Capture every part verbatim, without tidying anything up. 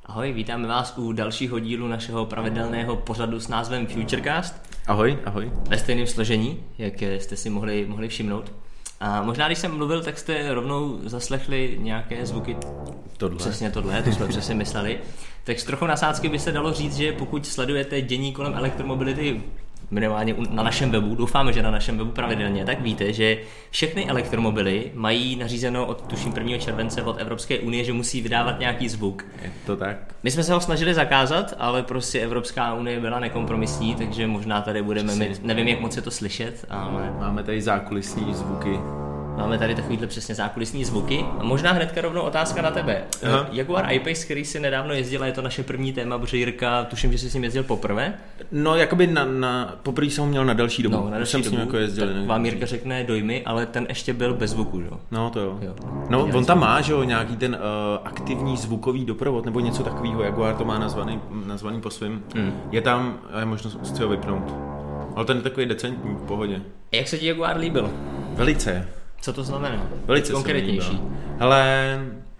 Ahoj, vítáme vás u dalšího dílu našeho pravidelného pořadu s názvem Futurecast. Ahoj, ahoj. Ve stejném složení, jak jste si mohli, mohli všimnout. A možná, když jsem mluvil, tak jste rovnou zaslechli nějaké zvuky. Tohle. Přesně tohle, to jsme přesně mysleli. Tak s trochou nasádzky by se dalo říct, že pokud sledujete dění kolem elektromobility minimálně na našem webu, doufáme, že na našem webu pravidelně, tak víte, že všechny elektromobily mají nařízeno od tuším prvního července od Evropské unie, že musí vydávat nějaký zvuk. Je to tak. My jsme se ho snažili zakázat, ale prostě Evropská unie byla nekompromisní, takže možná tady budeme mít, nevím, jak moc je to slyšet, ale máme tady zákulisní zvuky. Máme tady takovýhle přesně zákulisní zvuky. A možná hnedka rovnou otázka na tebe. Aha. Jaguar I-Pace, který si nedávno jezdila, je to naše první téma, protože Jirka, tuším, že jsi s ním jezdil poprvé. No, jakoby na, na poprvé jsem ho měl na další dobu. No, na další jsem dobu. s ním jako jezdil. Tak vám Jirka řekne dojmy, ale ten ještě byl bez zvuku, jo? No, to jo. jo. No, on tam má, že jo, nějaký ten uh, aktivní zvukový doprovod, nebo něco takového. Jaguar to má nazvaný, nazvaný po svým. Mm. Je tam, je možnost si ho vypnout. Ale ten je takový decentní, v pohodě. Jak se ti Jaguar líbil? Velice. Co to znamená? Velice konkrétnější. Hele,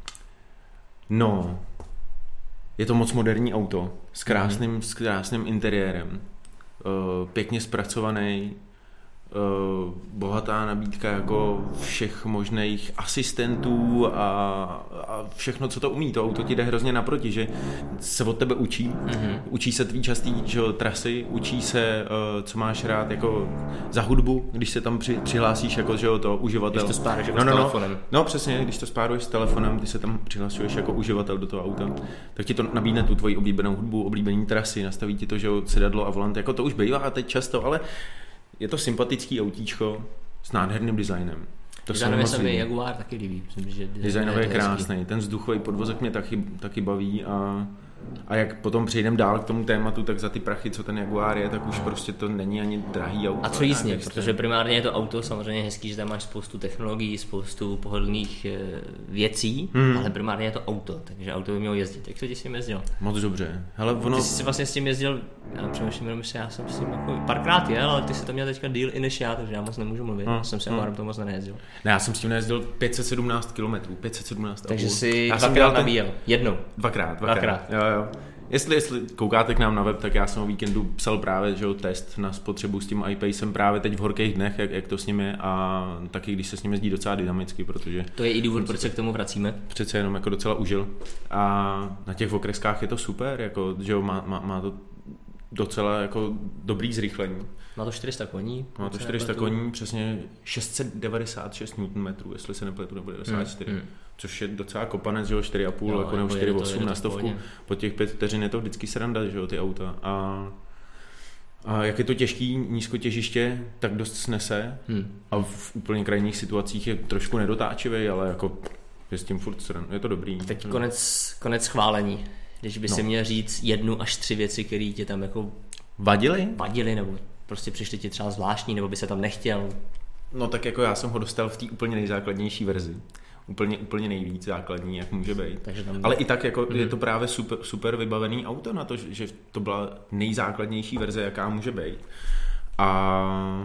no, je to moc moderní auto s krásným, mm-hmm. s krásným interiérem, uh, pěkně zpracovaný, uh, bohatá nabídka jako všech možných asistentů a, a všechno, co to umí. To auto ti jde hrozně naproti, že se od tebe učí, mm-hmm. učí se tvý častý že, trasy, učí se, uh, co máš rád jako za hudbu, když se tam při, přihlásíš jako že, to uživatel. Když to spáruješ jako no, no, s telefonem. No, no přesně, když to spáruješ s telefonem, ty se tam přihlašuješ jako uživatel do toho auta, tak ti to nabídne tu tvoji oblíbenou hudbu, oblíbený trasy, nastaví ti to, že sedadlo a volant, jako to už bývá teď často, ale je to sympatický autíčko s nádherným designem. To designově se mi Jaguar taky líbí. Myslím, že designově je krásný. Ten vzduchový podvozek mě taky, taky baví a, a jak potom přejdeme dál k tomu tématu, tak za ty prachy, co ten Jaguar je, tak už prostě to není ani drahý auto. A co jízdně, protože primárně je to auto samozřejmě hezký, že tam máš spoustu technologií, spoustu pohodlných věcí, hmm. ale primárně je to auto, takže auto by mělo jezdit. Jak to ti s tím jezdil? Moc dobře. Hele, ono... Ty jsi si vlastně s tím jezdil, já přemýšlím, jenom si, já jsem s tím jako párkrát jel, ale ty jsi to měl teďka díl i než já, takže já moc nemůžu mluvit, hmm. jsem si Jaguarem hmm. to moc nejezdil. Ne, já jsem s tím nejezdil pět set sedmnáct kilometrů, pět set sedmnáct Takže si dvakrát nabíjel, jednou. Dvakrát, dvakrát. dvakrát. Jo, jo. Jestli, jestli koukáte k nám na web, tak já jsem o víkendu psal právě že, test na spotřebu s tím iPacem právě teď v horkých dnech, jak, jak to s ním je a taky když se s ním jezdí docela dynamicky, protože... To je i důvod, proč se k tomu vracíme. Přece jenom jako docela užil a na těch okreskách je to super, jako, že jo, má, má, má to docela jako dobrý zrychlení. Má to čtyři sta koní. Má to čtyři sta koní, přesně šest set devadesát šest newtonmetrů, jestli se nepletu, nebo devadesát čtyři. Hmm, hmm. Což je docela kopanec, že jo, čtyři a půl, jako nebo čtyři osm na stovku. Po těch pět vteřin je to vždycky sranda, že jo, ty auta. A, a jak je to těžký nízkotěžiště, tak dost snese. Hmm. A v úplně krajních situacích je trošku nedotáčivý, ale jako je s tím furt sranda, je to dobrý. Teď konec, konec chválení. Když by no. si měl říct jednu až tři věci, které tě tam jako vadily? Vadily, nebo prostě přišly ti třeba zvláštní, nebo by se tam nechtěl. No tak jako já jsem ho dostal v té úplně nejzákladnější verzi. Úplně, úplně nejvíc základní, jak může být. Takže tam... Ale i tak jako mm-hmm. je to právě super, super vybavený auto na to, že to byla nejzákladnější verze, jaká může být. A...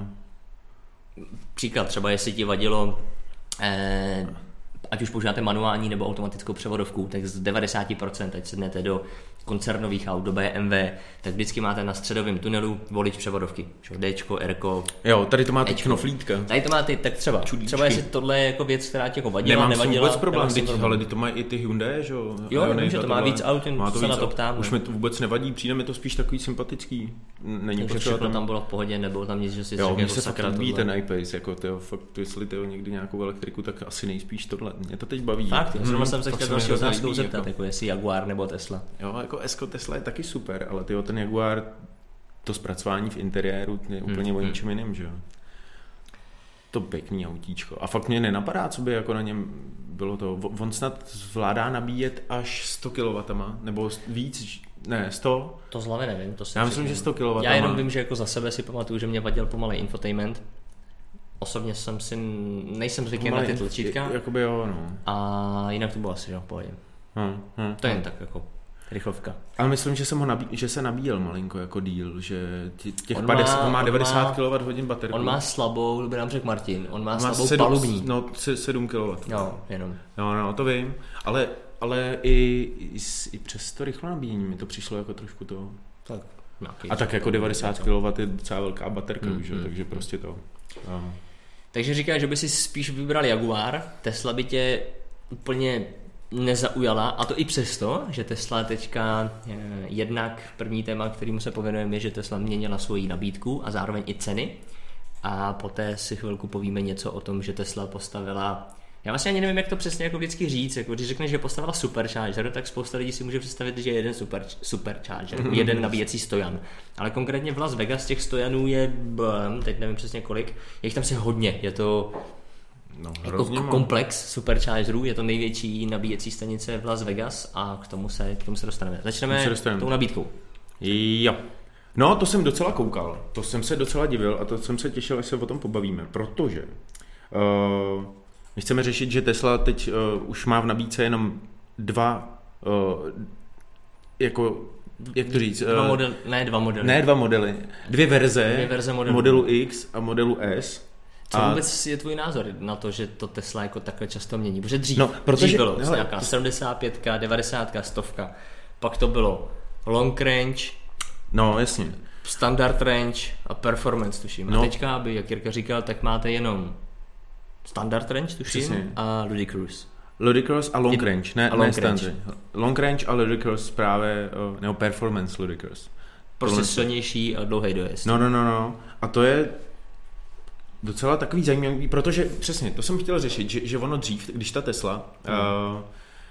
Příklad třeba, jestli ti vadilo... Eh... ať už používáte manuální nebo automatickou převodovku, tak z devadesát procent, ať sednete do koncernových aut, do B M W, tak vždycky máte na středovém tunelu volič převodovky. Dčko, Rko. Jo, tady to má ty knoflítka. Tady to má ty, tak třeba. Čudíčky. Třeba jestli tohle je jako věc, která tě jako vadila, Nemám nevadila. Nemám vůbec problém, teď, ale to mají i ty Hyundai, že jo? Jo, nevím, že to má víc aut, jen se na to ptám. Už mi to vůbec nevadí, přijde mi to spíš takový sympatický. Není takže všechno tam... tam bylo v pohodě, nebylo tam nic, že si jo, řekl, jako sakra tohle. Jo, ten iPace, jako tyjo, fakt, jestli tyjo, někdy nějakou elektriku, tak asi nejspíš tohle. Mě to teď baví. Fakt, hmm, zrovna jsem se chtěl další otázkou zeptat, jako jestli Jaguar nebo Tesla. Jo, jako S-ko Tesla je taky super, ale tyjo, ten Jaguar, to zpracování v interiéru je úplně hmm, o ničem jiným, že jo. To pěkný autíčko. A fakt mě nenapadá, co by jako na něm bylo to. On snad zvládá nabíjet až sto kilowattů, nebo víc, ne, sto. To z hlavy nevím. To Já myslím, že sto kilowattů. Já jenom vím, že jako za sebe si pamatuju, že mě vadil pomalej infotainment. Osobně jsem si, nejsem zvyklý na ty tlačítka. Jakoby jo, no. A jinak to bylo asi, jo, pohodě. Hmm, hmm, to je jen tak jako rychlovka. Ale myslím, že, jsem ho nabí, že se nabíjel malinko jako díl, že těch on padesát, má, on má devadesát kilowatthodin baterku. On má slabou, to by nám řekl Martin, on má, on má slabou sedm, palubní. No, sedm kilowattů. Jo, jenom. Jo, no, to vím, ale ale i, i, i přes to rychlé nabíjení mi to přišlo jako trošku to. Tak, a tak jako devadesát kilowattů je docela velká baterka, mm, že? mm, takže mm. prostě to. No. Takže říkáš, že by si spíš vybral Jaguar, Tesla by tě úplně nezaujala, a to i přesto, že Tesla teďka jednak první téma, kterému se pověnujeme, je, že Tesla měnila svoji nabídku a zároveň i ceny, a poté si chvilku povíme něco o tom, že Tesla postavila, já vlastně ani nevím, jak to přesně jako vždycky říct, jako když řekneš, že postavila supercharger, tak spousta lidí si může představit, že je jeden super, supercharger, jeden nabíjecí stojan, ale konkrétně v Las Vegas těch stojanů je, teď nevím přesně kolik, je jich tam si hodně, je to No, jako komplex superchargerů, je to největší nabíjecí stanice v Las Vegas a k tomu se, k tomu se dostaneme. Začneme, se dostaneme tou nabídkou. Jo. No, to jsem docela koukal, to jsem se docela divil a to jsem se těšil, až se o tom pobavíme, protože uh, my chceme řešit, že Tesla teď uh, už má v nabídce jenom dva, uh, jako, jak to říct? Dva model, ne dva modely. Ne dva modely, dvě verze, dvě verze modelu. modelu X a modelu S. Co a... vůbec je tvůj názor na to, že to Tesla jako takhle často mění? Protože dřív, no, protože, dřív bylo hele, nějaká sedmdesát pět, devadesát, sto, pak to bylo long range, no jasně, standard range a performance, tuším. No. A teďka, aby, jak Jirka říkal, tak máte jenom standard range, tuším, přesně. A ludicrous. Ludicrous a long range, ne, a long ne standard. Range. Long range a ludicrous právě, nebo performance ludicrous. Prostě silnější a dlouhý dojezd. No, no, no, no. A to je docela takový zajímavý, protože přesně, to jsem chtěl řešit, že, že ono dřív, když ta Tesla hmm. uh,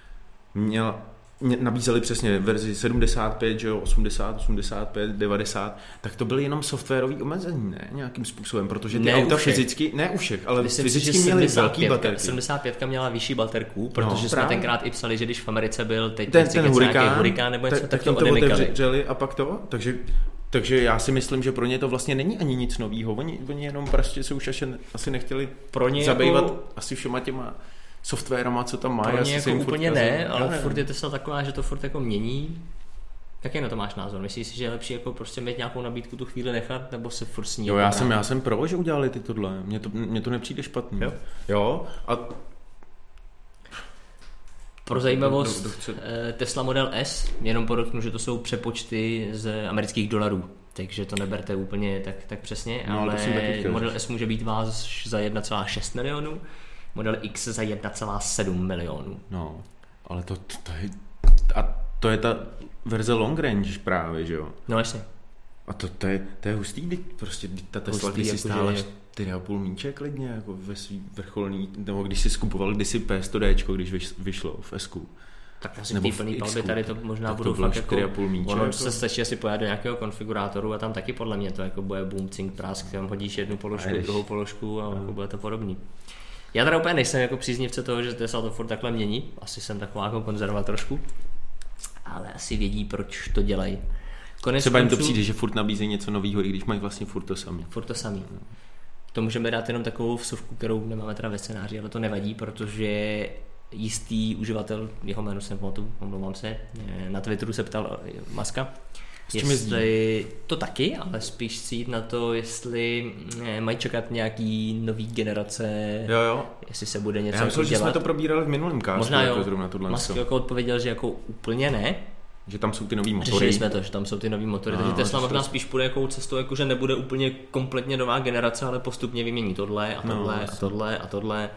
měla, mě, nabízeli přesně verzi sedmdesát pět, že jo, osmdesát, osmdesát pět, devadesát, tak to byly jenom softwarový omezení, ne? Nějakým způsobem, protože ty ne auta fyzicky, ne u všech, ale myslím fyzicky si, měly velký baterky. sedmdesát pět měla vyšší baterku, protože no, jsme právě tenkrát i psali, že když v Americe byl teď ten, ten hurikán, hurikán nebo něco, tak, tak to odemykali. A pak to, takže Takže já si myslím, že pro ně to vlastně není ani nic novýho. Oni, oni jenom prostě se už asi, asi nechtěli pro ně zabývat jako, asi všema těma softwarama, co tam mají. Pro ně jako úplně furt, ne, ale ne, furt je Tesla taková, že to furt jako mění. Jaký na to máš názor? Myslíš si, že je lepší jako prostě mít nějakou nabídku tu chvíli nechat, nebo se furt s ní? Jo, já jsem, já jsem pro, že udělali ty tohle. Mně to, mně to nepřijde špatný. Jo? Jo, a pro zajímavost, do, do, do, Tesla Model S, jenom podotknu, že to jsou přepočty z amerických dolarů, takže to neberte úplně tak, tak přesně, no, ale Model S může být váz za jedna celá šest milionů, Model X za jedna celá sedm milionů. No, ale to, to, to je, a to je ta verze long range právě, že jo? No jasně. A to, to, je, to je hustý, kdy prostě ta Tesla, když si stála čtyři a půl míče klidně, jako ve svý vrcholný, nebo když si skupoval kdysi P sto D, když vyš, vyšlo v S-ku. Tak asi v té plný palbě tady to možná tak budou to fakt jako, půl míče, ono jako. Se stačí asi pojít do nějakého konfigurátoru a tam taky podle mě to jako bude boom, cink, prásk, tam hodíš jednu položku, Jdeš. druhou položku a jako bude to podobný. Já teda úplně nejsem jako příznivce toho, že Tesla to furt takhle mění, asi jsem taková jako konzervat trošku, ale asi vědí, proč to dělají. Konec Třeba jim to přijde, že furt nabízejí něco nového, i když mají vlastně furt to samý. Furt to samý. To můžeme dát jenom takovou vsuvku, kterou nemáme teda ve scénáři, ale to nevadí, protože jistý uživatel, jeho jméno jsem pamatuju, omlouvám se, na Twitteru se ptal Muska, jestli to taky, ale spíš si jít na to, jestli mají čekat nějaký nový generace, jo, jo. jestli se bude něco Já myslím, jako že dělat. jsme to probírali v minulém castu. Možná jo, jako Musk jako odpověděl, že jako úplně ne, že tam jsou ty nový motory. Řešili jsme to, že tam jsou ty nový motory, no, takže Tesla možná spíš půjde jakou cestou, jako že nebude úplně kompletně nová generace, ale postupně vymění tohle a tohle no, a tohle a tohle.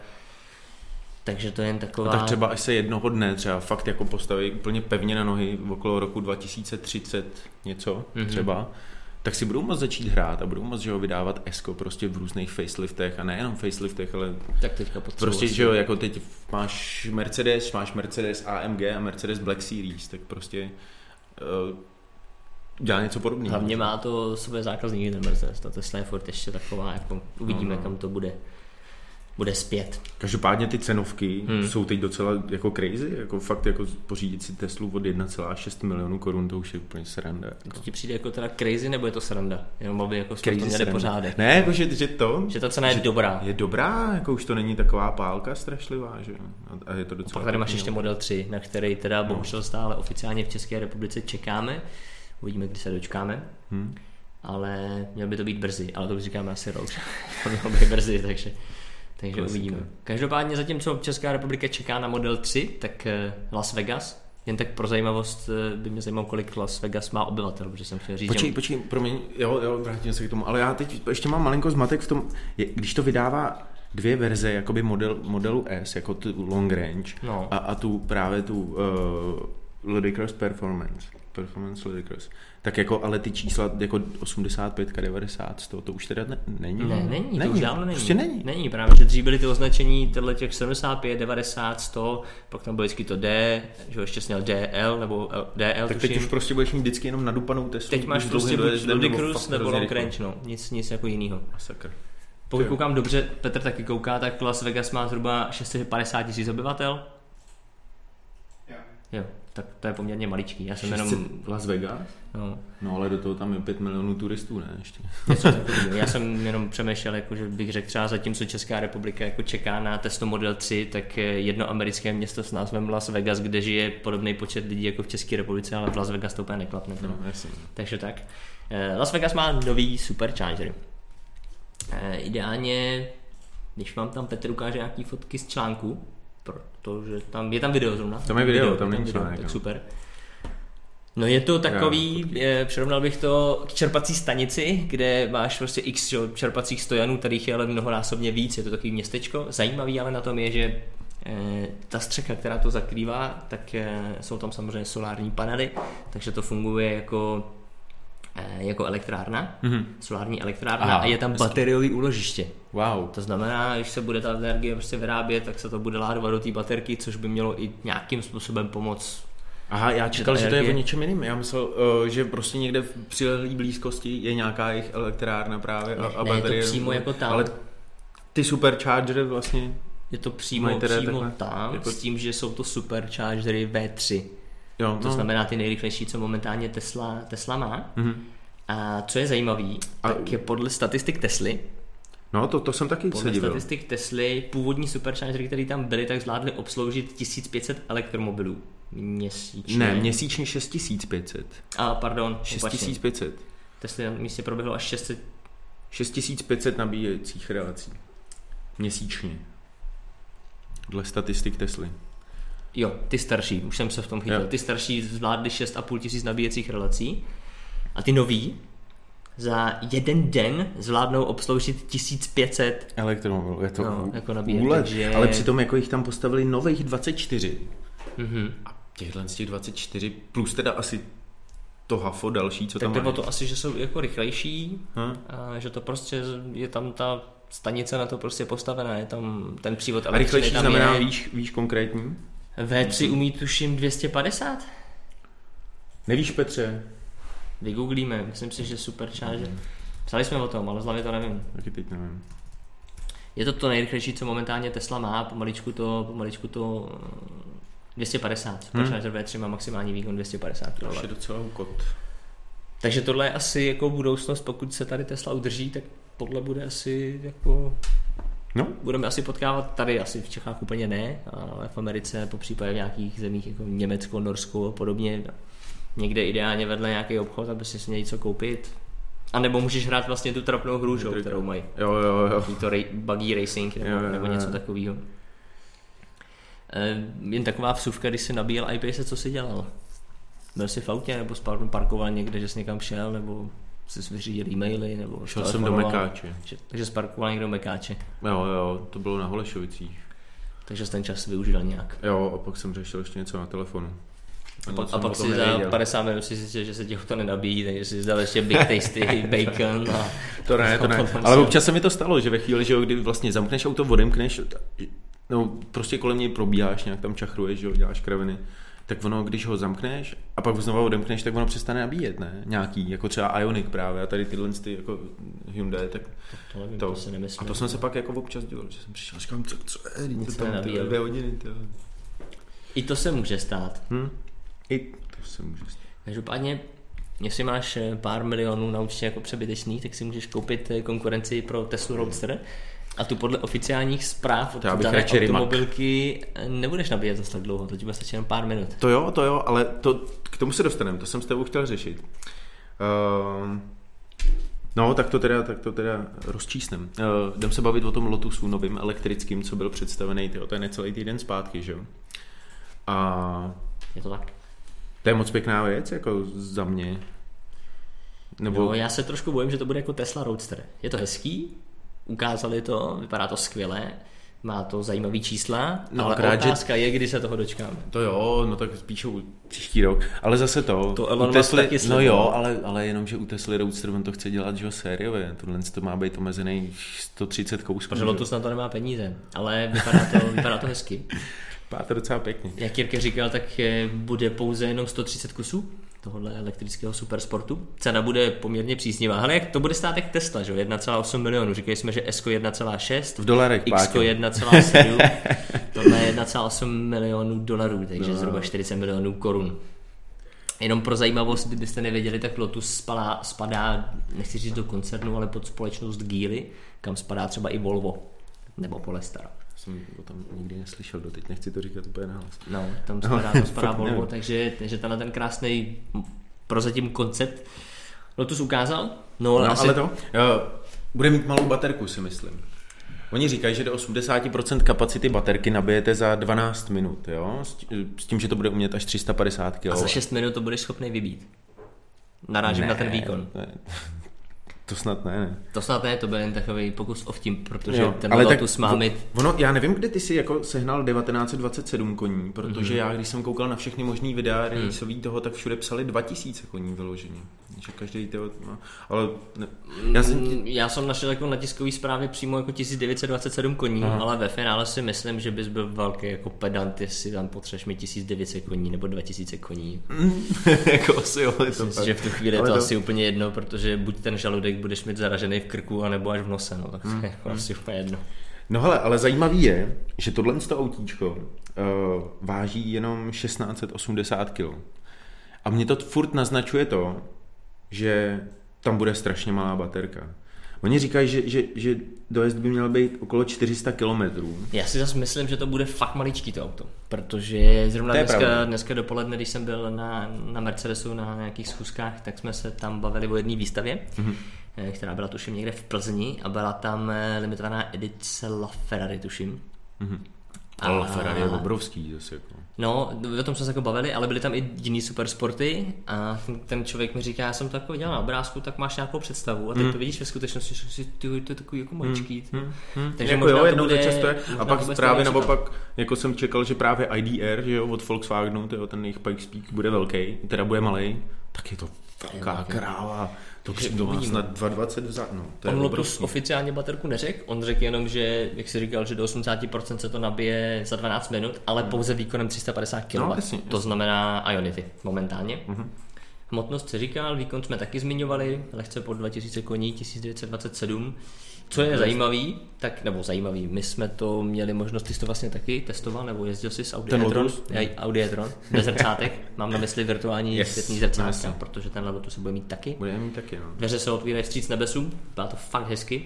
Takže to je jen taková... A tak třeba až se jednoho dne třeba fakt jako postaví úplně pevně na nohy okolo roku dva tisíce třicet něco mm-hmm. třeba, tak si budou moct začít hrát a budou moct, že ho vydávat S-ko prostě v různých faceliftech a nejenom faceliftech, ale tak teďka prostě, že jo, jako teď máš Mercedes, máš Mercedes A M G a Mercedes Black Series, tak prostě uh, dělá něco podobného. Hlavně má to své zákazníky ten Mercedes, ta Tesla je furt ještě taková, jako uvidíme, no, no. kam to bude. bude zpět. Každopádně ty cenovky hmm. jsou teď docela jako crazy, jako fakt jako pořídit si Teslu od jedna celá šest milionu korun, to už je úplně sranda. Jako. To ti přijde jako teda crazy, nebo je to sranda? Jenom aby jako jsme to měli pořádek. Ne, jako že, že to... Že ta cena je dobrá. Je dobrá, jako už to není taková pálka strašlivá, že a je to docela... A pak tady máš ještě Model tři, na který teda bohužel stále oficiálně v České republice čekáme. Uvidíme, kdy se dočkáme. Hmm. Ale měl by to být brzy, ale to už říkáme asi rok. Mělo by brzy, takže... Takže Klasika. uvidíme. Každopádně zatímco Česká republika čeká na Model tři, tak Las Vegas, jen tak pro zajímavost by mě zajímalo, kolik Las Vegas má obyvatel, protože jsem chtěl říct, Počkej, že... počkej, promiň, jo, jo, vrátím se k tomu, ale já teď ještě mám malinko zmatek v tom, je, když to vydává dvě verze, jakoby model, modelu S, jako tu long range, No. a, a tu právě tu uh, ludicrous performance, performance ludicrous, tak jako, ale ty čísla jako osmdesát pět, devadesát, sto, to už teda ne, není? Ne, není, to není, už dávno není. Prostě není. Není, právě, že dřív byly ty označení těchto těch sedmdesát pět, devadesát, sto, pak tam bylo vždycky to D, že ještě jsi měl D L, nebo D L, Tak tuším. teď už prostě budeš mít vždycky jenom nadupanou Teslu. Teď máš prostě buď ludicrous nebo long range, no, nic, nic jako jinýho. Masakr. Pokud koukám dobře, Petr taky kouká, tak Las Vegas má zhruba šest set padesát tisíc obyvatel. Jo. Jo, tak to je poměrně maličký. Já jsem šest set jenom... Las Vegas? No, No ale do toho tam je pět milionů turistů, ne ještě. něco takového. Já jsem jenom přemýšlel, jako, že bych řekl třeba zatímco Česká republika jako čeká na Tesla Model tři, tak jedno americké město s názvem Las Vegas, kde žije podobný počet lidí jako v České republice, ale v Las Vegas to úplně neklapne. No, jasně. Takže tak. Las Vegas má nový supercharger. Ideálně, když vám tam Petr ukáže nějaký fotky z článku, protože tam je tam video zrovna. Tam je video, tam není článek. Tak no. super. No je to takový, je, přirovnal bych to k čerpací stanici, kde máš prostě x jo, čerpacích stojanů, kterých je ale mnohonásobně víc, je to takový městečko. Zajímavý ale na tom je, že e, ta střecha, která to zakrývá, tak e, jsou tam samozřejmě solární panely, takže to funguje jako jako elektrárna, mm-hmm. solární elektrárna. Aha, a je tam bateriový úložiště. Wow. To znamená, když se bude ta energie prostě vyrábět, tak se to bude ládovat do té baterky, což by mělo i nějakým způsobem pomoct. Aha, já čekal, že to energie... je o něčem jiným. Já myslel, uh, že prostě někde v přilehlé blízkosti je nějaká jejich elektrárna právě a, ne, a ne, baterie. je to přímo jako tam. Ale ty superchargery vlastně... Je to přímo, přímo tam, jako... s tím, že jsou to superchargery V tři. Jo, to no. znamená ty nejrychlejší, co momentálně Tesla, Tesla má. Mm-hmm. A co je zajímavý, a... tak je podle statistik Tesly, no to, to jsem taky podle se divil. statistik Tesly, původní superchargery, které tam byly, tak zvládly obsloužit tisíc pět set elektromobilů měsíčně. Ne, měsíčně šest tisíc pět set. A pardon, šest tisíc pět set. Tesly na místě proběhlo až šest set. šest tisíc pět set nabíjecích relací. Měsíčně. Dle statistik Tesly. Jo, ty starší, už jsem se v tom chytil. Jo. Ty starší zvládly šest a půl tisíc nabíjecích relací a ty nový za jeden den zvládnou obsloužit tisíc pět set elektromobilů. Je to no, jako nabíjet, úlet, takže... ale přitom jako jich tam postavili nových dvacet čtyři. Mm-hmm. A těchhle z těch dvacet čtyři plus teda asi to hafo další, co tak tam mají. mají. Tak to asi, že jsou jako rychlejší hm? a že to prostě je tam ta stanice na to prostě postavená, je tam ten přívod elektřiny. A rychlejší znamená, je... víš, víš konkrétní? V tři umí tuším dvě stě padesát? Nevíš, Petře? Vygooglíme, myslím si, že supercharger. Mm. Psali jsme o tom, ale z hlavy to nevím. Taky teď nevím. Je to to nejrychlejší, co momentálně Tesla má, pomaličku to, pomaličku to dvě stě padesát. Supercharger hmm. V tři má maximální výkon dvě stě padesát kilowattů. To je docela úkot. Takže tohle je asi jako budoucnost, pokud se tady Tesla udrží, tak tohle bude asi jako... No. Budeme asi potkávat tady, asi v Čechách úplně ne, ale v Americe, po případě v nějakých zemích jako Německo, Norsko a podobně. Někde ideálně vedle nějaký obchod, aby si měl co koupit. A nebo můžeš hrát vlastně tu trapnou hru, že, kterou mají. Jo, jo, jo. To ra- buggy racing nebo, jo, jo, nebo něco takového. E, jen taková vsuvka, když si nabíjel iPad, co jsi dělal? Byl jsi v autě, nebo parkoval někde, že jsi někam šel, nebo jsi vyřídil e-maily, nebo šel jsem do Mekáče. Takže jsi parkoval někdo do Mekáče. Jo, jo, to bylo na Holešovicích. Takže jsi ten čas využil nějak. Jo, a pak jsem řešil ještě něco na telefonu. A, pak, a pak si za padesát minut si zjistil, že se těch to nenabíjí, takže si zdal ještě Big Tasty, bacon. A to ne, to ne. Ale občas se mi to stalo, že ve chvíli, že jo, kdy vlastně zamkneš auto, odemkneš, no prostě kolem něj probíháš, nějak tam čachruješ, že jo, děláš kraviny, tak ono, když ho zamkneš a pak znovu odemkneš, tak ono přestane nabíjet, ne? Nějaký, jako třeba Ioniq právě a tady tyhle ty jako Hyundai, tak to, nevím, to. to si nemyslím. A to jsem se pak jako občas dělal, že jsem přišel a říkám, co, co je, nic to tam dvě hodiny, to. I to se může stát. Hm? I to se může stát. Každopádně, jestli máš pár milionů na účtě jako přebytečných, tak si můžeš koupit konkurenci pro Tesla Roadster a tu podle oficiálních zpráv od dané automobilky nebudeš nabíjet zase tak dlouho, to ti bude stačit jen pár minut. To jo, to jo, ale to, k tomu se dostaneme, to jsem s tebou chtěl řešit. Uh, No, tak to teda, tak to teda rozčísnem. Uh, jdem se bavit o tom Lotusu novým elektrickým, co byl představený, tyjo, to je necelý týden zpátky, že jo? A je to tak. To je moc pěkná věc, jako za mě. Nebo... Jo, já se trošku bojím, že to bude jako Tesla Roadster. Je to hezký, ukázali to, vypadá to skvěle, má to zajímavý čísla, no, ale krát, otázka že... je, kdy se toho dočkáme. To jo, no tak spíšou příští rok, ale zase to. To Elon Musk taky sliboval. No jo, ale, ale jenom, že u Tesly Roadster on to chce dělat, že jo, sériově. Tohle to má být omezený sto třicet kousků. Protože Lotus na to nemá peníze, ale vypadá to, vypadá to hezky. Vypadá to docela pěkně. Jak Jirka říkal, tak bude pouze jenom sto třicet kusů tohohle elektrického supersportu. Cena bude poměrně příznivá. Ale jak to bude stát jak Tesla, že? jedna celá osm milionů. Říkali jsme, že S jedna celá šest. V dolarech, X jedna celá sedm. Tohle je jedna celá osm milionů dolarů, takže no. Zhruba čtyřicet milionů korun. Jenom pro zajímavost, kdybyste nevěděli, tak Lotus spadá, spadá, nechci říct do koncernu, ale pod společnost Geely, kam spadá třeba i Volvo nebo Polestar. Jsem o tom nikdy neslyšel doteď, nechci to říkat úplně nahlas. No, tam spadá, tam spadá Volvo, takže, takže tenhle ten krásný prozatím koncept Lotus ukázal. No, ale, no, asi... ale to jo, bude mít malou baterku, si myslím. Oni říkají, že do osmdesát procent kapacity baterky nabijete za dvanáct minut, jo? S tím, že to bude umět až tři sta padesát kilowattů. A za šest minut to budeš schopný vybít. Narážím ne, na ten výkon. Ne. To snad ne, ne. To snad ne, to byl jen takový pokus o vtím, protože jo, ten Lotus má mít... Ono, já nevím, kde ty si jako sehnal devatenáct set dvacet sedm koní, protože mm-hmm. já, když jsem koukal na všechny možný videa mm. rejsový toho, tak všude psali dva tisíce koní vyloženě. Že každý toho, no, ale... Ne, já, jsem... já jsem našel jako na tiskový zprávě přímo jako tisíc devět set dvacet sedm koní, aha. Ale ve finále si myslím, že bys byl velký jako pedant, jestli tam potřebuješ mít tisíc devět set koní nebo dva tisíce koní. Jako asi jo, je to myslím, že v tu chvíli je to, to asi úplně jedno, protože buď ten žaludek budeš mít zaražený v krku, anebo až v nose, no, tak to hmm. je jako asi úplně jedno. No hele, ale zajímavý je, že tohle autíčko uh, váží jenom šestnáct set osmdesát kilogramů. A mě to furt naznačuje to, že tam bude strašně malá baterka. Oni říkají, že, že, že dojezd by měl být okolo čtyři sta kilometrů. Já si zase myslím, že to bude fakt maličký to auto, protože zrovna dneska, dneska dopoledne, když jsem byl na, na Mercedesu na nějakých schůzkách, tak jsme se tam bavili o jedné výstavě, mm-hmm. která byla tuším někde v Plzni a byla tam limitovaná edice LaFerrari, tuším. Mm-hmm. A LaFerrari je obrovský zase jako. No, o tom jsme se jako bavili, ale byly tam i jiný supersporty a ten člověk mi říká, já jsem to jako viděl na obrázku, tak máš nějakou představu a teď mm. to vidíš ve skutečnosti, že si ty, to je takový jako maličký. Mm. Mm. Takže jako možná jo, jednou bude, často je. A pak právě naopak, jako jsem čekal, že právě I D R, že jo, od Volkswagenu, tyjo, ten jejich Pikespeak bude velký, teda bude malej, tak je to velká kráva. To má snad dva dvacet vzad, no. On Lotus oficiálně baterku neřekl, on řekl jenom, že, jak jsi říkal, že do osmdesát procent se to nabije za dvanáct minut, ale pouze výkonem tři sta padesát kilowattů. No, jasně, jasně. To znamená Ionity momentálně. Uh-huh. Hmotnost si říkal, výkon jsme taky zmiňovali, lehce pod dva tisíce koní, tisíc devět set dvacet sedm. Co je zajímavý, tak, nebo zajímavý, my jsme to měli možnost, ty jsi to vlastně taky testoval, nebo jezdil jsi s Audi e-tron, Audi e-tron, bez zrcátek, mám na mysli virtuální yes, světný zrcátka, yes. Protože ten Lotus se bude mít taky. Bude mít taky, no. Dveře se otvírají vstříc nebesům, byla to fakt hezky.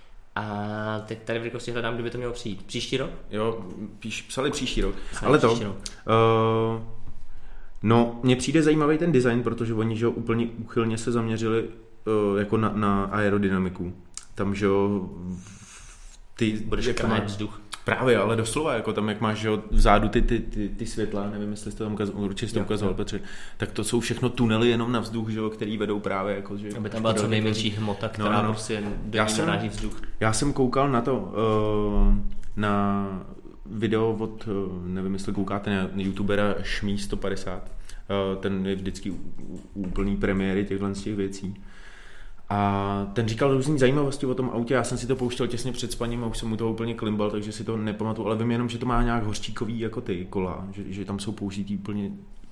A teď tady v rychlosti hledám, kdyby to mělo přijít. Příští rok? Jo, píš, psali příští rok, psali ale příští to... Rok. Uh, no, mně přijde zajímavý ten design, protože oni, že úplně úchylně se zaměřili uh, jako na, na aerodynamiku. Tam, že jo, ty... Budeš krájet vzduch. Právě, ale doslova, jako tam, jak máš, že jo, vzadu ty, ty, ty, ty světla, nevím, jestli jste tam ukazoval, určitě jste ukazoval, Petře, tak to jsou všechno tunely jenom na vzduch, že jo, který vedou právě, jako, že... Aby tam byla co nejmenší hmota, která no, no. prostě do ní naráží vzduch. Já jsem koukal na to, uh, na video od, uh, nevím, jestli koukáte na youtubera Šmí sto padesát, uh, ten je vždycky úplný premiéry těchto z těch věcí. A ten říkal různý zajímavosti o tom autě, já jsem si to pouštěl těsně před spaním a už jsem mu to úplně klimbal, takže si to nepamatuju, ale vím jenom, že to má nějak hořčíkový jako ty kola, že, že tam jsou použitý úplně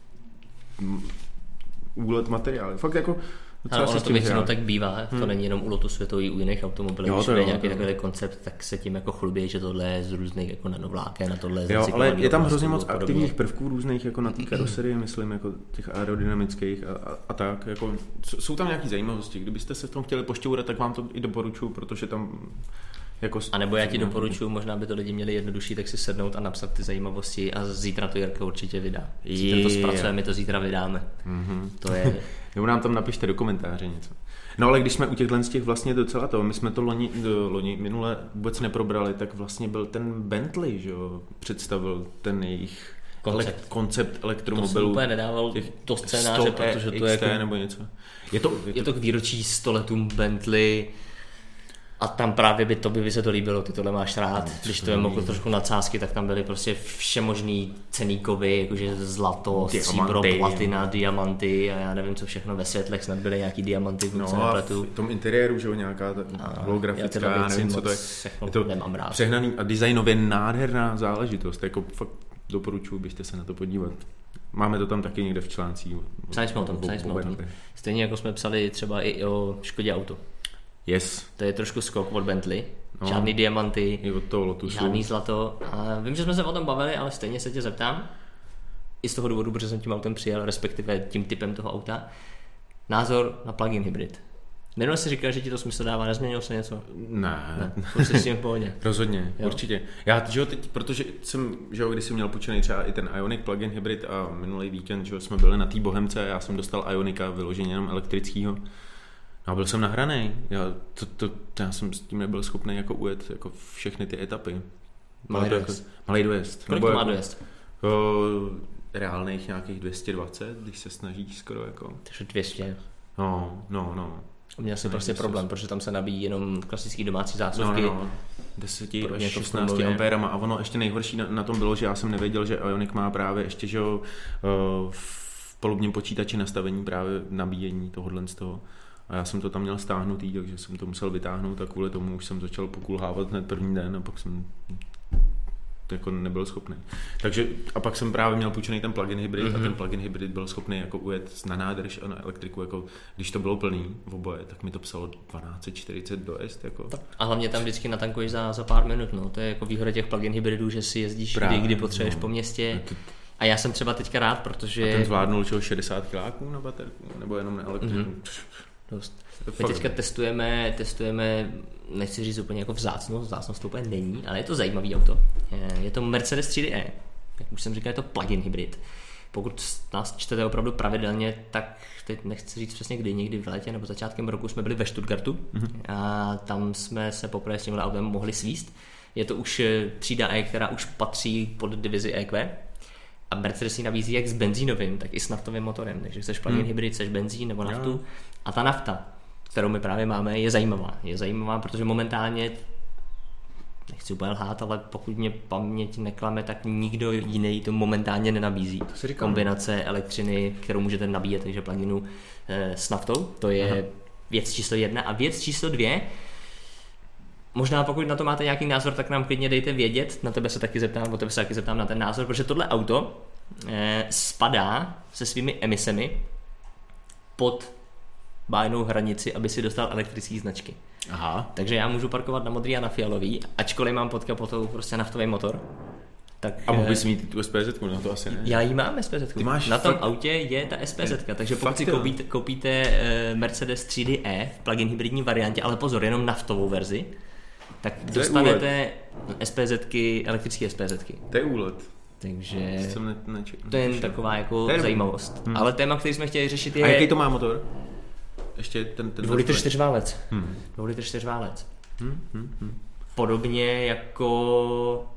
úlet materiály. Fakt jako ano, ono to většinou tak bývá, hmm. to není jenom u Lotusu, je to i u jiných automobilů, když je nějaký takový koncept, tak se tím jako chlubí, že tohle je z různých jako nanovláken a tohle je jo, ale je tam hrozně moc aktivních prvků různých jako na té karoserii, myslím, jako těch aerodynamických a, a, a tak, jako jsou tam nějaké zajímavosti, kdybyste se v tom chtěli pošťourat, tak vám to i doporučuji, protože tam Jako, a nebo já ti doporučuji, možná by to lidi měli jednodušší, tak si sednout a napsat ty zajímavosti a zítra to Jirka určitě vydá. Zítra to zpracujeme, my to zítra vydáme. Mm-hmm. To je... Nebo nám tam napište do komentáře něco. No ale když jsme u těchhle z těch vlastně docela toho, my jsme to loni, loni minule vůbec neprobrali, tak vlastně byl ten Bentley, že jo, představil ten jejich koncept, ele- koncept elektromobilů. To jsem úplně nedával do scénáře, protože to je jako... nebo něco. Je to, je je to... to k výročí sto letům Bentley a tam právě by to by se to líbilo, ty tohle máš rád. Když to je mohlo trošku nadsázky, tak tam byly prostě všemožný cenný kovy, jakože zlato, stříbro, platina, diamanty a já nevím co všechno, ve světlech snad byly nějaký diamanty, no se nepletu. V tom interiéru, že jo, nějaká ta holografická, já, já nevím co to je. Je to nemám rád. Přehnaný a designově nádherná záležitost, jako fakt doporučuji, byste se na to podívat. Máme to tam taky někde v článcích. Psali jsme o tom, psali jsme o tom. Stejně jako jsme psali třeba i o Škodě Auto. Yes. To je trošku skok od Bentley. No, žádný diamanty, i od toho Lotusu. Žádný zlato. A vím, že jsme se o tom bavili, ale stejně se tě zeptám. I z toho důvodu, protože jsem tím autem přijel, respektive tím typem toho auta. Názor na plug-in hybrid. Minule jsi říkal, že ti to smysl dává, nezměnilo se něco? Ne. ne prostě s tím v pohodě. Rozhodně, jo? Určitě. Já, že jo, teď, protože jsem, že jo, když jsem měl půjčený třeba i ten Ioniq plug-in hybrid a minulý víkend, že jo, jsme byli na té Bohemce, já jsem dostal Ionika vyloženě jenom elektrickýho. No a byl jsem nahranej. Já, to, to, to, já jsem s tím nebyl schopný jako ujet jako všechny ty etapy. Malý dojezd. Jako, malý dojezd. Kolik to má dojezd? Reálných nějakých dvě stě dvacet, když se snažíš skoro jako. Takže dvě stě. No, no, no. Měl jsem prostě problém, protože tam se nabíjí jenom klasický domácí zásobky. No, no, no. deset až šestnáct ampérama a ono ještě nejhorší na, na tom bylo, že já jsem nevěděl, že Ioniq má právě ještě, že uh, v palubním počítači nastavení právě nabíjení tohohle z toho. A já jsem to tam měl stáhnutý, takže jsem to musel vytáhnout a kvůli tomu už jsem začal pokulhávat hned první den a pak jsem jako nebyl schopný. Takže a pak jsem právě měl půjčený ten plug-in hybrid mm-hmm. a ten plug-in hybrid byl schopný jako ujet na nádrž a na elektriku, jako když to bylo plný v oboje, tak mi to psalo dvanáct čtyřicet dojezd. Jako. A hlavně tam vždycky natankuješ za, za pár minut, no. To je jako výhoda těch plug-in hybridů, že si jezdíš právě, kdy, kdy potřebuješ no. po městě. A já jsem třeba teďka rád, protože... A ten zvládnul čeho šedesát kiláků na baterku, nebo jenom na elektriku? Mm-hmm. Dost. My teďka testujeme, testujeme, nechci říct úplně jako vzácnost, vzácnost to úplně není, ale je to zajímavý auto. Je to Mercedes tři D E, jak už jsem říkal, je to plug-in hybrid. Pokud nás čtete opravdu pravidelně, tak teď nechci říct přesně kdy, někdy v létě nebo začátkem roku jsme byli ve Stuttgartu mm-hmm. a tam jsme se poprvé s tímhle autem mohli svíst. Je to už třída E, která už patří pod divizi E Q. A Mercedes ji nabízí jak s benzínovým, tak i s naftovým motorem. Takže chceš plug-in hmm. hybrid, chceš benzín nebo naftu. Jo. A ta nafta, kterou my právě máme, je zajímavá. Je zajímavá, protože momentálně, nechci úplně lhát, ale pokud mě paměť neklame, tak nikdo jiný to momentálně nenabízí. To si říkám. Kombinace elektřiny, kterou můžete nabíjet, takže plug-inu e, s naftou. To je Aha. věc číslo jedna. A věc číslo dvě, možná pokud na to máte nějaký názor, tak nám klidně dejte vědět, na tebe se taky zeptám, o tebe se taky zeptám na ten názor, protože tohle auto eh, spadá se svými emisemi pod bájnou hranici, aby si dostal elektrické značky. Aha. Takže já můžu parkovat na modrý a na fialový, ačkoliv mám pod kapotou prostě naftový motor. Tak, a mohl bys mít tu S P Z, no to asi ne. Já jí mám S P Z. Na tom fakt... autě je ta S P Z, takže pokud si koupíte, koupíte Mercedes tři D E v plug-in hybridní variantě, ale pozor, jenom naftovou verzi, tak to dostanete SPZky, elektrické SPZky. To je úlet. Takže ne, ne, to je jen taková jako je zajímavost. Hmm. Ale téma, který jsme chtěli řešit je... A jaký to má motor? Ještě ten... ten dvou litr čtyřválec. Hmm. dvou litr čtyřválec. Hmm. Hmm. Hmm. Podobně jako...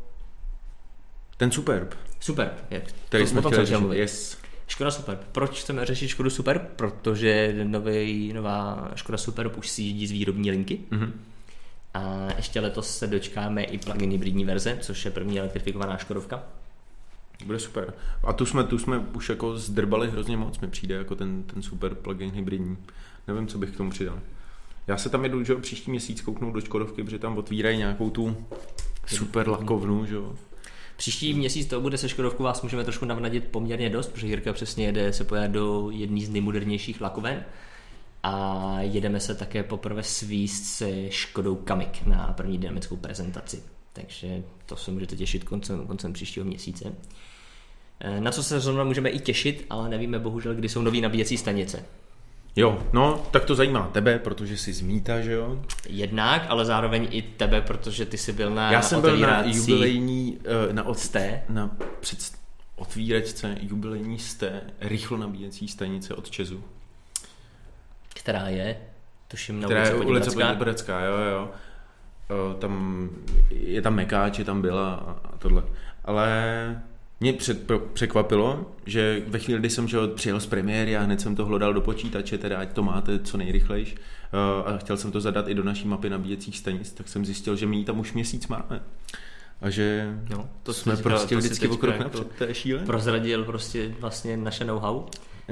Ten Superb. Superb, je. Který jsme chtěli řešit, yes. Škoda Superb. Proč chceme řešit Škodu Superb? Protože nový, nová Škoda Superb už si jízdí z výrobní linky. Mm-hmm. A ještě letos se dočkáme i plug-in hybridní verze, což je první elektrifikovaná Škodovka. Bude super. A tu jsme, tu jsme už jako zdrbali hrozně moc, mi přijde jako ten, ten super plug-in hybridní. Nevím, co bych k tomu přidal. Já se tam jedu, že příští měsíc kouknout do Škodovky, protože tam otvírají nějakou tu super lakovnu, že jo. Příští měsíc to bude se Škodovkou, vás můžeme trošku navnadit poměrně dost, protože Jirka přesně jede se pojede do jedné z nejmodernějších lakoven. A jedeme se také poprvé svíst se Škodou Kamiq na první dynamickou prezentaci. Takže to se můžete těšit koncem, koncem příštího měsíce. Na co se zrovna můžeme i těšit, ale nevíme bohužel, kdy jsou nový nabíjecí stanice. Jo, no, tak to zajímá tebe, protože jsi z Míta, že jo? Jednak, ale zároveň i tebe, protože ty jsi byl na Já jsem byl na otevírací- jubilejní, eh, na, od, Sté? na před, otvíračce jubilejní sté, rychlo nabíjecí stanice od Česu. která je, tuším, na Která ulici je ulice Podivradská. Podivradská, jo, jo. O, tam je tam Mekáč, je tam byla a, a tohle. Ale mě před, pro, překvapilo, že ve chvíli, kdy jsem že, přijel z premiéry a hned jsem to hlodal do počítače, teda ať to máte co nejrychlejš, a chtěl jsem to zadat i do naší mapy nabíjecích stanic, tak jsem zjistil, že my ji tam už měsíc máme. A že No, to jsme si prostě říkal, to si vždycky teďka o krok jako napřed, to je šílené. prozradil prostě vlastně naše know-how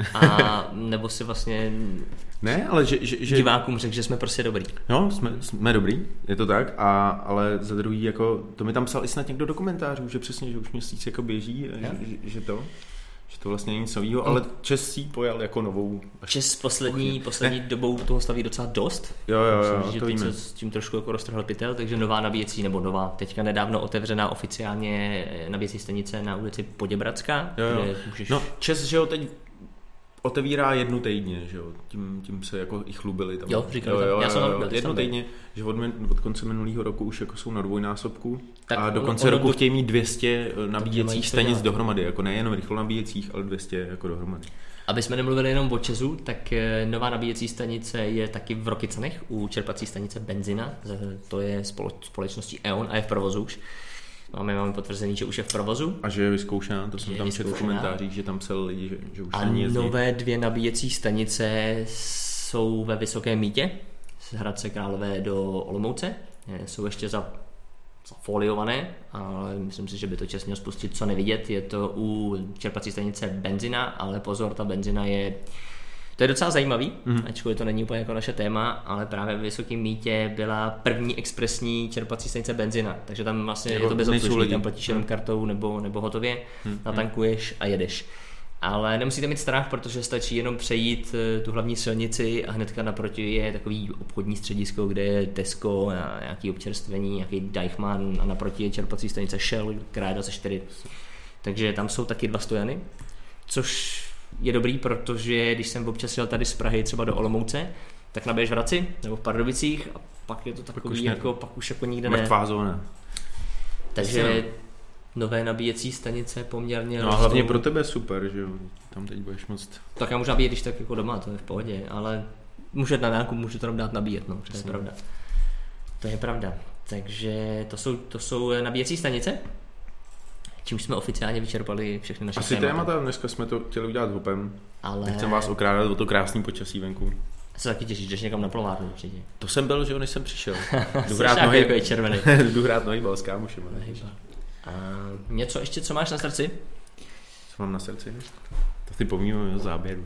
a nebo si vlastně Ne, ale že, že, že divákům řekl, že jsme prostě dobrý. no, jsme, jsme dobrý, je to tak, a, ale za druhý, jako, to mi tam psal i snad někdo do komentářů, že přesně, že už měsíc jako běží, že, že, že to, že to vlastně není nic novýho, No. ale Čes si pojal jako novou. Čes poslední, poslední dobou toho staví docela dost. Jo, jo, jo, Myslím, že to teď víme. se s tím trošku jako roztrhl pytel, takže nová nabíjecí, nebo nová, teďka nedávno otevřená oficiálně nabíjecí stanice na ulici Poděbradská, Jo, jo. kde můžeš... No, Čes, že jo, teď otevírá jednu týdně, že jo, tím, tím se jako i chlubili tam. Jo, říkali tam. Já jsem tam byl, ty jednu jsem byl. týdně, že od, min, od konce minulého roku už jako jsou na dvojnásobku Tak a do ono- konce ono roku do- chtějí mít dvě stě mají nabíjecích co stanic dělat. dohromady, jako nejen rychlo nabíjecích, ale dvě stě jako dohromady. Aby jsme nemluvili jenom o Česu, tak eh, nová nabíjecí stanice je taky v Rokycanech u čerpací stanice Benzina, Z- to je spole- společností E O N a je v provozu už. Máme, máme potvrzený, že už je v provozu. A že je vyzkoušená, to jsem je tam četl v vyzkoušená. komentářích, že tam psali lidi, že, že už A není jezdí. nové dvě nabíjecí stanice jsou ve Vysokém Mýtě, z Hradce Králové do Olomouce. Eh, Jsou ještě za foliované, ale myslím si, že by to čestně spustit co nevidět. Je to u čerpací stanice Benzina, ale pozor, ta Benzina je to je docela zajímavý, mm. ačkoliv to není úplně jako naše téma, ale právě ve Vysokém Mýtě byla první expresní čerpací stanice Benzina, takže tam vlastně Jo, je to nejsou bezobslužný, lidi. tam platíš jenom Mm. kartou nebo, nebo hotově, Mm. natankuješ a jedeš. Ale nemusíte mít strach, protože stačí jenom přejít eh, tu hlavní silnici a hnedka naproti je takový obchodní středisko, kde je Tesco, a nějaký občerstvení, nějaký Deichmann a naproti je čerpací stanice Shell, která je dvacet čtyři. Takže tam jsou taky dva stojany, což je dobrý, protože když jsem občas jel tady z Prahy třeba do Olomouce, tak nabiješ v Hradci nebo v Pardubicích a pak je to takový už ne- jako, pak už jako nikde ne. Mrtvá zóna. Takže nové nabíjecí stanice poměrně No a rostou. hlavně pro tebe super, že jo, tam teď budeš moc. Tak já můžu nabíjet, když tak jako doma, to je v pohodě, ale můžete na nákup, můžu to tam dát nabíjet, no, to je Přesně. pravda. To je pravda. Takže to jsou, to jsou nabíjecí stanice, čím jsme oficiálně vyčerpali všechny naše Asi témata. témata, dneska jsme to chtěli udělat hopem. Ale Nechcem vás okrádat o to krásný počasí venku. se taky těšíš, jdeš někam na plovárnu určitě. To jsem byl, že jo, než jsem přišel. Jdu Jsi hrát nějaký nohy, takový červený. jdu hrát nohy s kámošema. ne? A něco ještě, co máš na srdci? Co mám na srdci? To ty pomíme o záběru.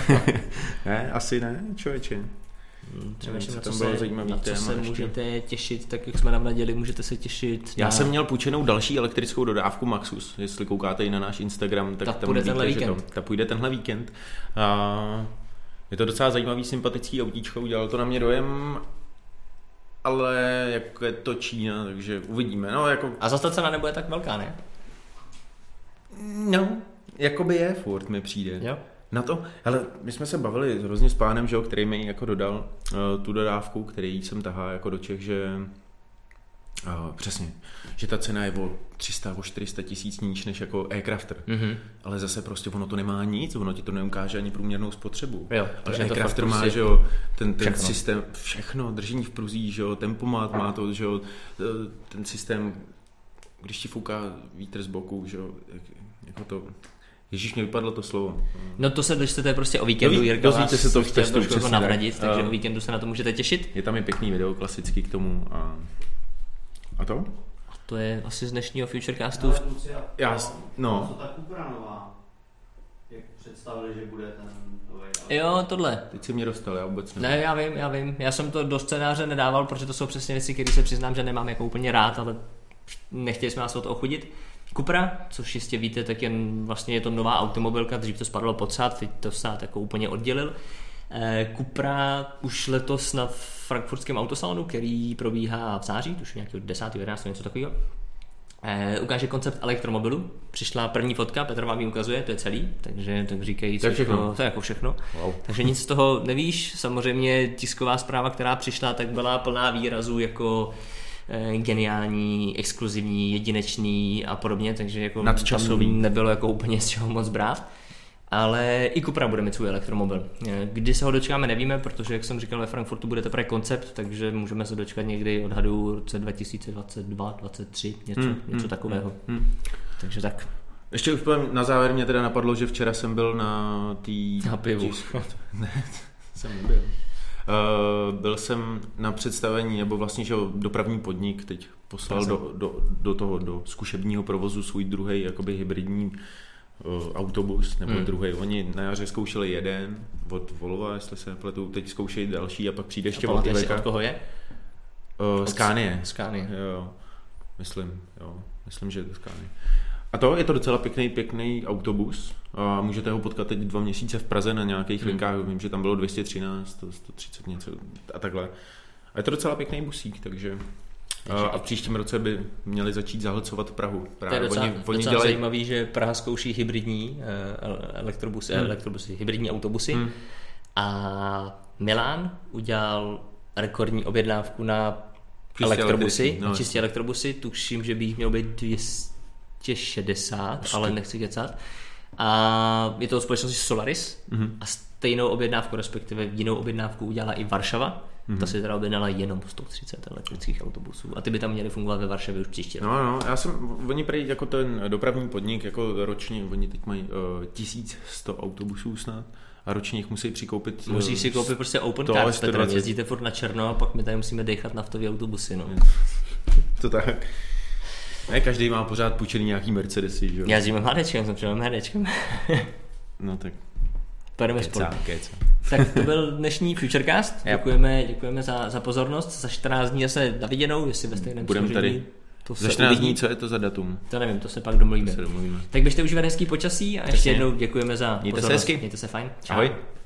Ne, asi ne, člověče. Hmm, Nevím, Přemýšlím, co na tam co bylo se, zajímavý na co téma se ještě. můžete těšit, tak jak jsme navnadili, můžete se těšit Já na... jsem měl půjčenou další elektrickou dodávku Maxus, jestli koukáte i na náš Instagram, tak Ta tam půjde víte, tenhle že to, víkend. ta půjde tenhle víkend. A je to docela zajímavý, sympatický autíčko, udělal to na mě dojem, ale jako je to Čína, takže uvidíme. No, jako, A zase ta cena nebude tak velká, ne? no, jakoby je furt, mi přijde. Jo. Na to, ale my jsme se bavili hrozně s pánem, že jo, který mi jako dodal uh, tu dodávku, který jsem tahá jako do Čech, že uh, přesně, že ta cena je o tři sta, o čtyři sta tisíc níž než jako e-crafter, Mhm. ale zase prostě ono to nemá nic, ono ti to neukáže ani průměrnou spotřebu. Jo, Ale takže to e-crafter fakt má, prostě že jo, ten, ten všechno. systém, všechno, držení v pruzích, že jo, tempomat má to, že jo, ten systém, když ti fouká vítr z boku, že jo, jak, jako to, Ježíš, mě vypadlo to slovo. No to se dočtete prostě o víkendu, Doví- Jirka dozvíte vás se to v chtěl testu, trošku jako přesně tak. navradit, takže A- o víkendu se na to můžete těšit. Je tam i pěkný video klasický k tomu a, a to? A to je asi z dnešního Futurecastu. Ale kluci, a- Já s- no. Co ta Cupra nová? Jak představili, že bude ten nový auto? Jo, tohle. Teď si mě dostal, já vůbec nevím. Ne, já vím, já vím. Já jsem to do scénáře nedával, protože to jsou přesně věci, které se přiznám, že nemám jako úplně rád, ale nechtěli jsme nás o to ochudit. Cupra, což jistě víte, tak jen vlastně je to nová automobilka, dřív to spadlo pod sát, teď to sát jako úplně oddělil. Eh, Cupra už letos na frankfurtském autosalonu, který probíhá v září, tuž nějakého desátého jedenáctého něco takového, Eh, ukáže koncept elektromobilu. Přišla první fotka, Petr vám ji ukazuje, to je celý, takže tak říkají, to je všechno. Jako, to je jako všechno. Wow. Takže nic z toho nevíš. Samozřejmě tisková zpráva, která přišla, tak byla plná výrazů jako eh, geniální, exkluzivní, jedinečný a podobně, takže jako nadčasový. Nebylo jako úplně z čeho moc brát. Ale i Cupra bude mít svůj elektromobil. Kdy se ho dočkáme, nevíme, protože, jak jsem říkal, ve Frankfurtu bude teprve koncept, takže můžeme se dočkat někdy odhadu v roce dva tisíce dvacet dva dvacet tři, něco, hmm, něco hmm, takového. Hmm. Takže tak. Ještě už povím, na závěr mě teda napadlo, že včera jsem byl na tý... Na pivu. Ne, jsem nebyl. Uh, byl jsem na představení, nebo vlastně, že dopravní podnik teď poslal do, do, do toho, do zkušebního provozu svůj druhý jakoby hybridní autobus, nebo hmm. druhý. Oni na jaře zkoušeli jeden od Volva, jestli se nepletu, teď zkoušejí další a pak přijde ještě od Iveca. Od koho je? Uh, Scania. Scania. Jo, myslím, jo, myslím, že je to Scania. A to je to docela pěkný, pěkný autobus. A můžete ho potkat teď dva měsíce v Praze na nějakých hmm. linkách. Vím, že tam bylo dvě stě třináct, sto třicet něco a takhle. A je to docela pěkný busík, takže... A v příštím roce by měli začít zahlcovat Prahu. Právě to je docela, oni, oni docela dělají... zajímavý, že Praha zkouší hybridní elektrobusy, hmm. elektrobusy, hybridní autobusy hmm. a Milán udělal rekordní objednávku na čistě elektrobusy, no, čistě elektrobusy, tuším, že by jich mělo být dvě stě šedesát, Pusky. Ale nechci kecat. A je to společnost Solaris hmm. a stejnou objednávku, respektive jinou objednávku udělala i Varšava. Mm-hmm. Ta si teda objednala jenom sto třicet elektrických autobusů a ty by tam měly fungovat ve Varšavě už příští rok. No, no, já jsem, oni prý jako ten dopravní podnik, jako ročně, oni teď mají uh, tisíc sto autobusů snad a ročně jich musí přikoupit. Uh, Musíš si koupit prostě open car s Petrem, jezdíte furt na černo a pak my tady musíme dechat naftové autobusy, no. To tak. Ne, každý má pořád půjčený nějaký Mercedesy, že jo? Já jezdím MHDčkem, jsem přijel MHDčkem. No tak. Pojedeme spolu. Tak to byl dnešní Futurecast. Děkujeme, děkujeme za, za pozornost. Za čtrnáct dní se na viděnou, jestli ve stejném Budeme tady. To za čtrnáct dní, co je to za datum? To nevím, to se pak domluvíme. To se domluvíme. Tak běžte užívat hezký počasí a ještě jednou děkujeme za Mějte pozornost. Se hezky. Mějte se fajn. Čau. Ahoj.